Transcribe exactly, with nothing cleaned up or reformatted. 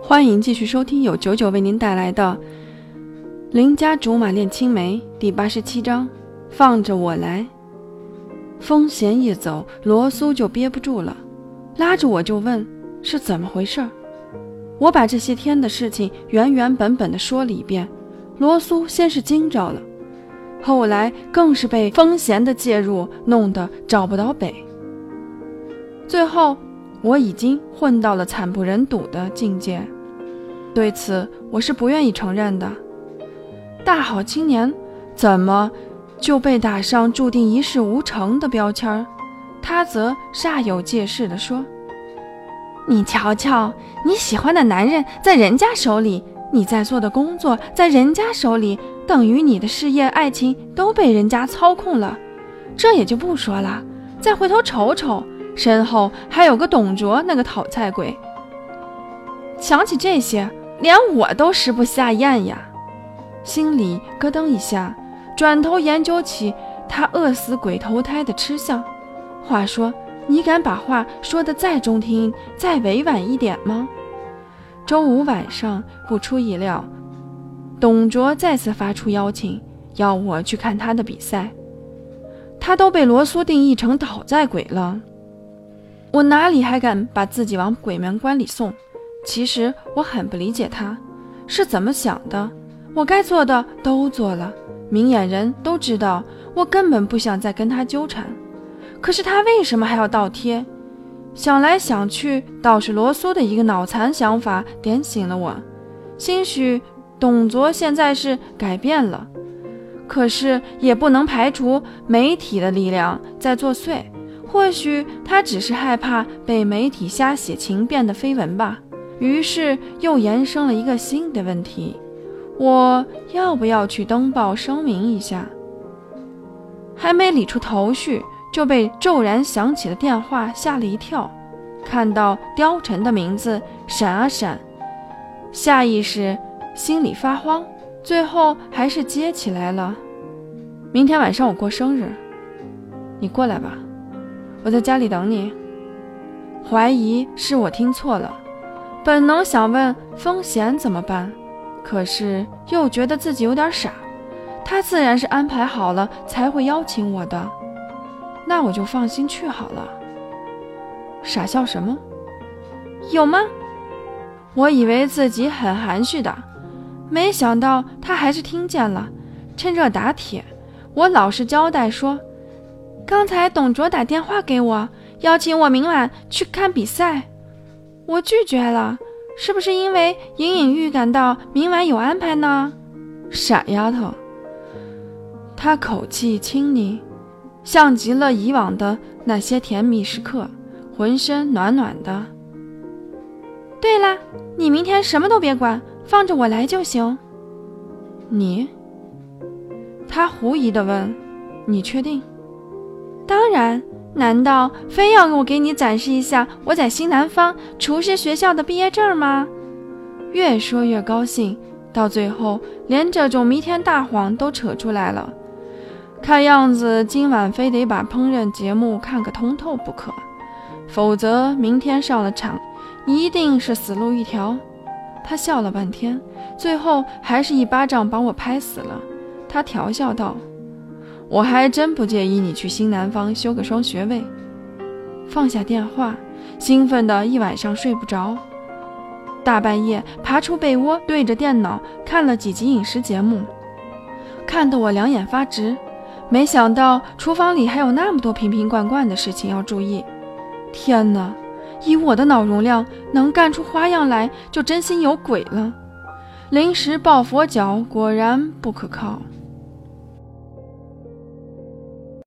欢迎继续收听由九九为您带来的《邻家竹马恋青梅》第八十七章，放着我来。风贤一走，罗苏就憋不住了，拉着我就问是怎么回事。我把这些天的事情原原本本的说了一遍，罗苏先是惊着了，后来更是被风贤的介入弄得找不到北。最后我已经混到了惨不忍睹的境界，对此我是不愿意承认的。大好青年怎么就被打上注定一事无成的标签？他则煞有介事地说，你瞧瞧，你喜欢的男人在人家手里，你在做的工作在人家手里，等于你的事业爱情都被人家操控了。这也就不说了，再回头瞅瞅，身后还有个董卓那个讨菜鬼。想起这些，连我都食不下咽呀，心里咯噔一下，转头研究起他饿死鬼投胎的吃相。话说，你敢把话说得再中听再委婉一点吗？周五晚上，不出意料，董卓再次发出邀请，要我去看他的比赛。他都被罗苏定义成讨债鬼了，我哪里还敢把自己往鬼门关里送？其实我很不理解他是怎么想的。我该做的都做了，明眼人都知道我根本不想再跟他纠缠，可是他为什么还要倒贴？想来想去，倒是罗苏的一个脑残想法点醒了我。兴许董卓现在是改变了，可是也不能排除媒体的力量在作祟，或许他只是害怕被媒体瞎写情变的绯闻吧。于是又延伸了一个新的问题，我要不要去登报声明一下？还没理出头绪，就被骤然响起的电话吓了一跳，看到貂蝉的名字闪啊闪，下意识心里发慌，最后还是接起来了。明天晚上我过生日，你过来吧，我在家里等你。怀疑是我听错了，本能想问风贤怎么办，可是又觉得自己有点傻，他自然是安排好了才会邀请我的，那我就放心去好了。傻笑什么？有吗？我以为自己很含蓄的，没想到他还是听见了，趁热打铁。我老实交代说，刚才董卓打电话给我，邀请我明晚去看比赛，我拒绝了，是不是因为隐隐预感到明晚有安排呢？傻丫头。他口气轻昵，像极了以往的那些甜蜜时刻，浑身暖暖的。对啦，你明天什么都别管，放着我来就行。你？他狐疑地问，你确定？当然，难道非要我给你展示一下我在新南方厨师学校的毕业证吗？越说越高兴，到最后连这种弥天大谎都扯出来了。看样子今晚非得把烹饪节目看个通透不可，否则明天上了场一定是死路一条。他笑了半天，最后还是一巴掌把我拍死了。他调笑道，我还真不介意你去新南方修个双学位。放下电话，兴奋的一晚上睡不着，大半夜爬出被窝，对着电脑看了几集饮食节目，看得我两眼发直。没想到厨房里还有那么多瓶瓶罐罐的事情要注意。天哪，以我的脑容量，能干出花样来就真心有鬼了。临时抱佛脚果然不可靠。